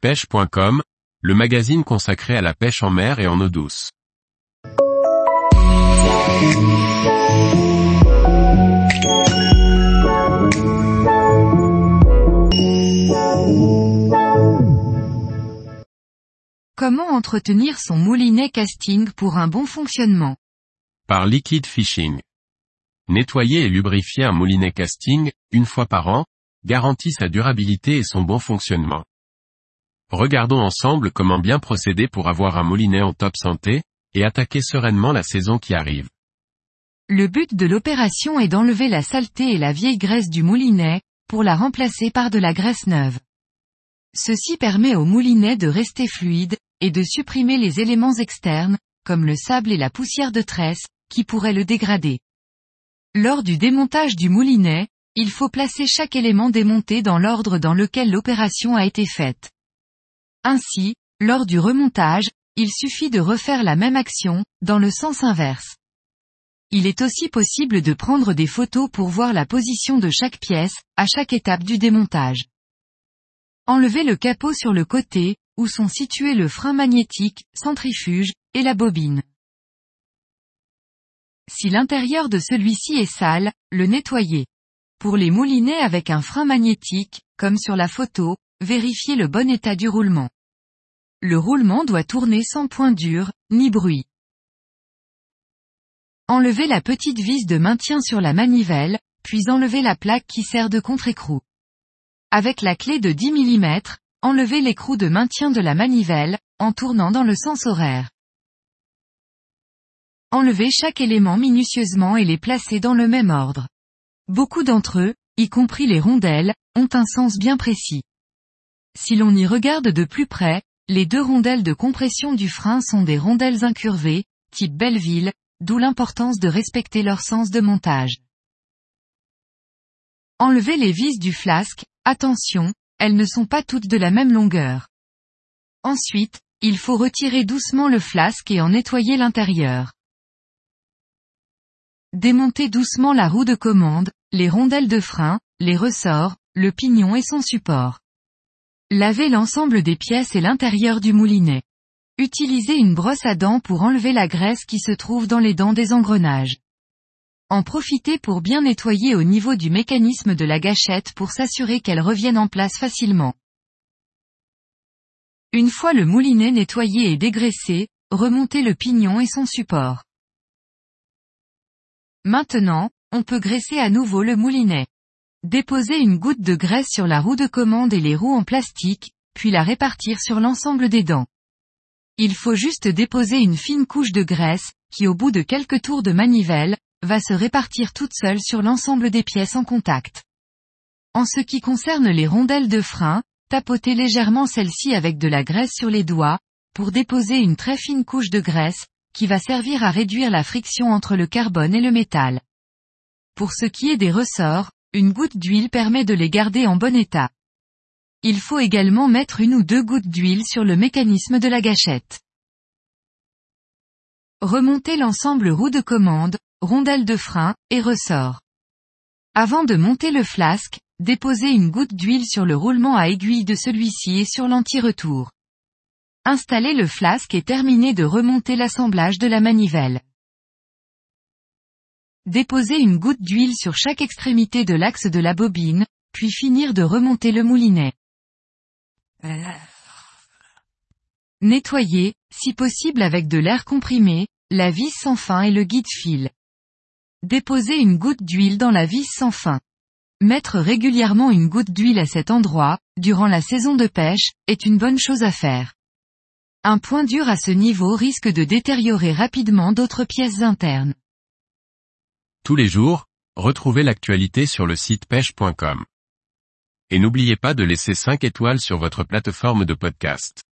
pêche.com, le magazine consacré à la pêche en mer et en eau douce. Comment entretenir son moulinet casting pour un bon fonctionnement? Par Liquid Fishing. Nettoyer et lubrifier un moulinet casting, une fois par an, garantit sa durabilité et son bon fonctionnement. Regardons ensemble comment bien procéder pour avoir un moulinet en top santé, et attaquer sereinement la saison qui arrive. Le but de l'opération est d'enlever la saleté et la vieille graisse du moulinet, pour la remplacer par de la graisse neuve. Ceci permet au moulinet de rester fluide, et de supprimer les éléments externes, comme le sable et la poussière de tresse, qui pourraient le dégrader. Lors du démontage du moulinet, il faut placer chaque élément démonté dans l'ordre dans lequel l'opération a été faite. Ainsi, lors du remontage, il suffit de refaire la même action, dans le sens inverse. Il est aussi possible de prendre des photos pour voir la position de chaque pièce, à chaque étape du démontage. Enlevez le capot sur le côté, où sont situés le frein magnétique, centrifuge, et la bobine. Si l'intérieur de celui-ci est sale, le nettoyez. Pour les moulinets avec un frein magnétique, comme sur la photo, vérifiez le bon état du roulement. Le roulement doit tourner sans point dur, ni bruit. Enlevez la petite vis de maintien sur la manivelle, puis enlevez la plaque qui sert de contre-écrou. Avec la clé de 10 mm, enlevez l'écrou de maintien de la manivelle, en tournant dans le sens horaire. Enlevez chaque élément minutieusement et les placez dans le même ordre. Beaucoup d'entre eux, y compris les rondelles, ont un sens bien précis. Si l'on y regarde de plus près, les deux rondelles de compression du frein sont des rondelles incurvées, type Belleville, d'où l'importance de respecter leur sens de montage. Enlevez les vis du flasque, attention, elles ne sont pas toutes de la même longueur. Ensuite, il faut retirer doucement le flasque et en nettoyer l'intérieur. Démontez doucement la roue de commande, les rondelles de frein, les ressorts, le pignon et son support. Lavez l'ensemble des pièces et l'intérieur du moulinet. Utilisez une brosse à dents pour enlever la graisse qui se trouve dans les dents des engrenages. En profitez pour bien nettoyer au niveau du mécanisme de la gâchette pour s'assurer qu'elle revienne en place facilement. Une fois le moulinet nettoyé et dégraissé, remontez le pignon et son support. Maintenant, on peut graisser à nouveau le moulinet. Déposez une goutte de graisse sur la roue de commande et les roues en plastique, puis la répartir sur l'ensemble des dents. Il faut juste déposer une fine couche de graisse, qui au bout de quelques tours de manivelle, va se répartir toute seule sur l'ensemble des pièces en contact. En ce qui concerne les rondelles de frein, tapotez légèrement celles-ci avec de la graisse sur les doigts, pour déposer une très fine couche de graisse, qui va servir à réduire la friction entre le carbone et le métal. Pour ce qui est des ressorts, une goutte d'huile permet de les garder en bon état. Il faut également mettre une ou deux gouttes d'huile sur le mécanisme de la gâchette. Remontez l'ensemble roue de commande, rondelles de frein, et ressorts. Avant de monter le flasque, déposez une goutte d'huile sur le roulement à aiguille de celui-ci et sur l'anti-retour. Installez le flasque et terminez de remonter l'assemblage de la manivelle. Déposez une goutte d'huile sur chaque extrémité de l'axe de la bobine, puis finir de remonter le moulinet. Nettoyez, si possible avec de l'air comprimé, la vis sans fin et le guide-fil. Déposez une goutte d'huile dans la vis sans fin. Mettre régulièrement une goutte d'huile à cet endroit, durant la saison de pêche, est une bonne chose à faire. Un point dur à ce niveau risque de détériorer rapidement d'autres pièces internes. Tous les jours, retrouvez l'actualité sur le site pêche.com. Et n'oubliez pas de laisser 5 étoiles sur votre plateforme de podcast.